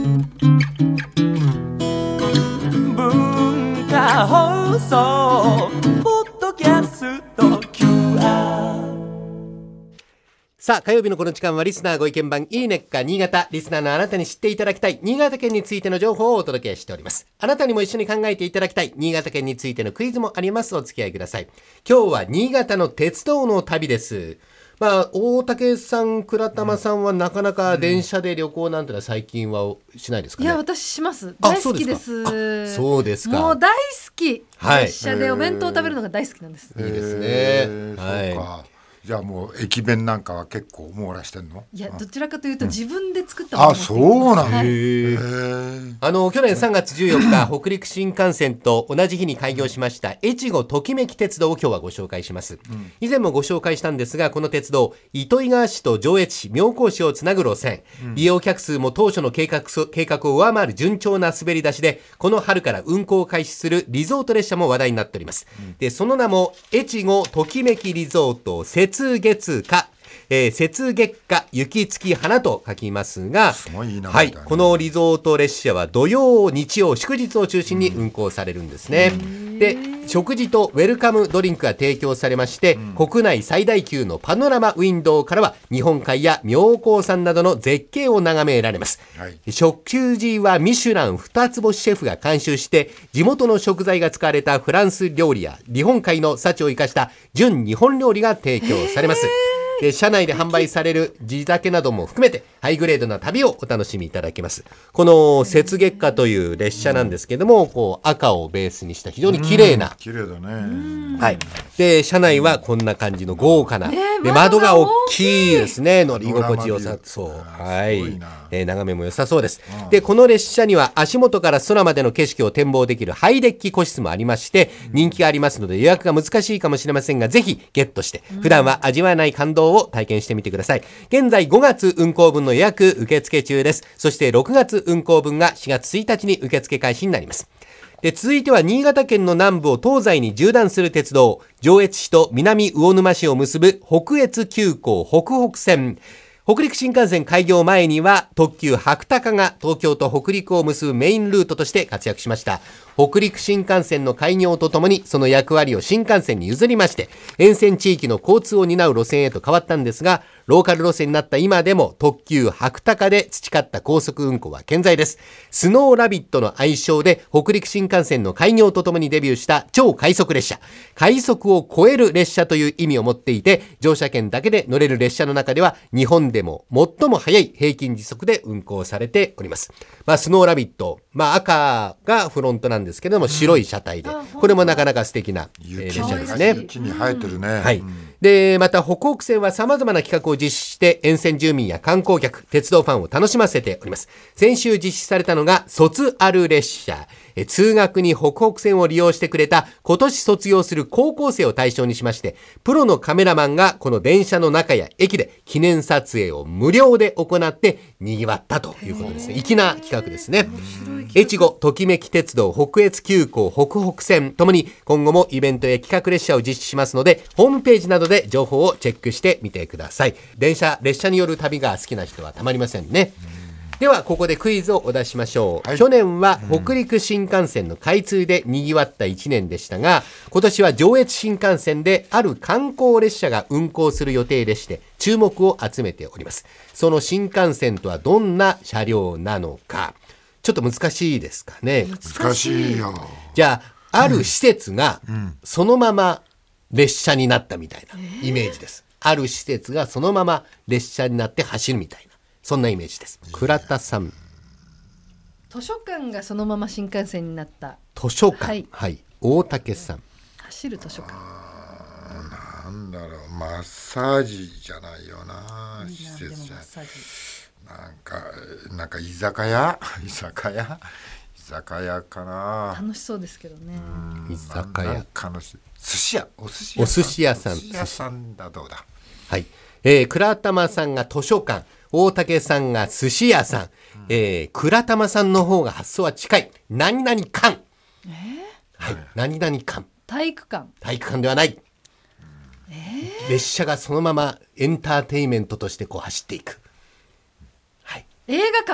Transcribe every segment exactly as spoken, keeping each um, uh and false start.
文化放送ポッドキャスト キューアール。 さあ火曜日のこの時間はリスナーご意見番いいねっか新潟。リスナーのあなたに知っていただきたい新潟県についての情報をお届けしております。あなたにも一緒に考えていただきたい新潟県についてのクイズもあります。お付き合いください。今日は新潟の鉄道の旅です。まあ、大竹さん、倉玉さんはなかなか電車で旅行なんてのは最近はしないですかね。 いや私します。大好きです。 あ、そうですか。 もう大好き、 はい、 列車でお弁当を食べるのが大好きなんです。 いいですね、 えーはい、 そうか。じゃあもう駅弁なんかは結構網羅してんの？ いやどちらかというと自分で作ったものをあ、そうなんだ、 はい、 へあの去年さんがつじゅうよっか北陸新幹線と同じ日に開業しました越後ときめき鉄道を今日はご紹介します、うん、以前もご紹介したんですが、この鉄道糸魚川市と上越市妙高市をつなぐ路線、うん、利用客数も当初の計画、計画を上回る順調な滑り出しで、この春から運行を開始するリゾート列車も話題になっております、うん、でその名も越後ときめきリゾート雪月花、えー、雪月花雪付き花と書きますが、 すごいいい名はい、 前だね。 このリゾート列車は土曜日曜祝日を中心に運行されるんですね、うん、で食事とウェルカムドリンクが提供されまして、うん、国内最大級のパノラマウィンドウからは日本海や妙高山などの絶景を眺められます、はい、食事はミシュラン二つ星シェフが監修して地元の食材が使われたフランス料理や日本海の幸を生かした純日本料理が提供されます。で車内で販売される地酒なども含めてハイグレードな旅をお楽しみいただけます。この雪月花という列車なんですけども、こう赤をベースにした非常に綺麗な、 綺麗だね。 はい、で車内はこんな感じの豪華な、ね、で窓が大きいですね。乗り心地よさそう、はい、えー、眺めも良さそうです。でこの列車には足元から空までの景色を展望できるハイデッキ個室もありまして人気がありますので予約が難しいかもしれませんが、ぜひゲットして普段は味わえない感動を体験してみてください。現在ごがつ運行分の予約受付中です。そしてろくがつ運行分がしがつついたちに受付開始になります。で続いては新潟県の南部を東西に縦断する鉄道、上越市と南魚沼市を結ぶ北越急行北北線。北陸新幹線開業前には特急白鷹が東京と北陸を結ぶメインルートとして活躍しました。北陸新幹線の開業とともにその役割を新幹線に譲りまして沿線地域の交通を担う路線へと変わったんですが、ローカル路線になった今でも特急白鷹で培った高速運行は健在です。スノーラビットの愛称で北陸新幹線の開業とともにデビューした超快速列車、快速を超える列車という意味を持っていて、乗車券だけで乗れる列車の中では日本でも最も速い平均時速で運行されております。まあ、スノーラビット、まあ、赤がフロントなんですけども白い車体で、これもなかなか素敵な、えー、列車ですね。 雪に生えてるね、 はい、でまた北北線は様々な企画を実施して沿線住民や観光客、鉄道ファンを楽しませております。先週実施されたのが卒アル列車、え通学に北北線を利用してくれた今年卒業する高校生を対象にしまして、プロのカメラマンがこの電車の中や駅で記念撮影を無料で行って賑わったということですね。粋な企画ですね。越後ときめき鉄道北越急行北北線ともに今後もイベントや企画列車を実施しますので、ホームページなどで情報をチェックしてみてください。電車列車による旅が好きな人はたまりませんね。ではここでクイズをお出しましょう、はい、去年は北陸新幹線の開通で賑わったいちねんでしたが、今年は上越新幹線である観光列車が運行する予定でして注目を集めております。その新幹線とはどんな車両なのか、ちょっと難しいですかね。 難しいよ。 じゃあある施設がそのまま列車になったみたいなイメージです、えー、ある施設がそのまま列車になって走るみたいな、そんなイメージです。倉田さん。 図書館がそのまま新幹線になった。 図書館、はい、はい、大竹さん。 走る図書館。 なんだろう、マッサージじゃないよな、施設じゃなんかなんか居酒屋居酒屋居酒屋かな。 楽しそうですけどね。 居酒屋、 寿司屋、お寿司屋さん、お寿司屋さん、 寿司屋さんだ。どうだ。 はい、えー、倉玉さんが図書館、大竹さんが寿司屋さん、うん、えー、倉玉さんの方が発想は近い。何々館、えーはい、何々館、 体育館、 体育館ではない、えー、列車がそのままエンターテインメントとしてこう走っていく、はい、 映画館、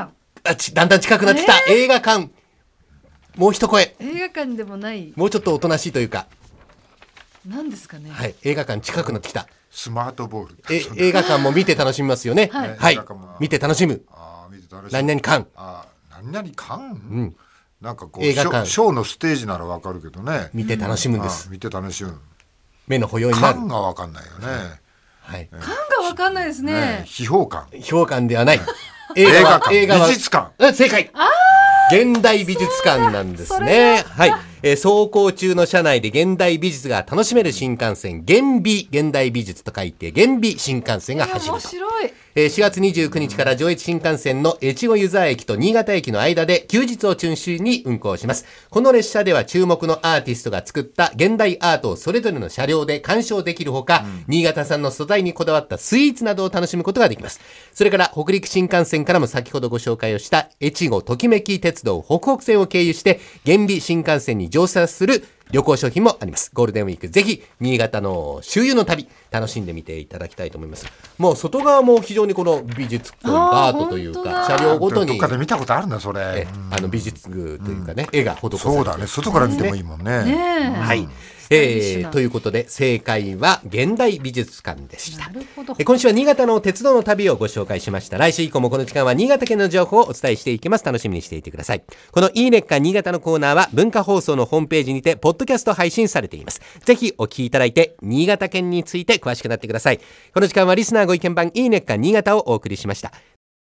あちだんだん近くなってきた、えー、映画館もう一声映画館でもないもうちょっとおとなしいというか何ですかね、 はい、映画館近くなってきたスマートボールえ映画館も見て楽しみますよねはい、 はい、 映画館も見て楽しむあ見て楽しむ何々館あ何々館、 うん、 なんかこう映画館ショーのステージならわかるけどね見て楽しむんです、 うん、見て楽しむ目の保養になる館がわかんないよね、 はい、 館がわかんないですねね秘宝館秘宝館ではない映画館映画館美術館正解現代美術館なんですね。はい、えー、走行中の車内で現代美術が楽しめる新幹線現美現代美術と書いて現美新幹線が走ると。 面白い。 えー、しがつにじゅうくにちから上越新幹線の越後湯沢駅と新潟駅の間で休日を中心に運行します。この列車では注目のアーティストが作った現代アートをそれぞれの車両で鑑賞できるほか、うん、新潟産の素材にこだわったスイーツなどを楽しむことができます。それから北陸新幹線からも先ほどご紹介をした越後ときめき鉄道北北線を経由して現美新幹線に乗車する旅行商品もあります。ゴールデンウィークぜひ新潟の周遊の旅楽しんでみていただきたいと思います。もう外側も非常にこの美術というかアートというか車両ごとにどっかで見たことあるんだそれ、 あの美術具というかね、うん、絵が施されてそうだね外から見てもいいもんね、 ね、 はい、えー、ということで正解は現代美術館でした。 なるほど。 今週は新潟の鉄道の旅をご紹介しました。来週以降もこの時間は新潟県の情報をお伝えしていきます。楽しみにしていてください。このいいねっか新潟のコーナーは文化放送のホームページにてポッドキャスト配信されています。ぜひお聞きいただいて新潟県について詳しくなってください。この時間はリスナーご意見番いいねっか新潟をお送りしました。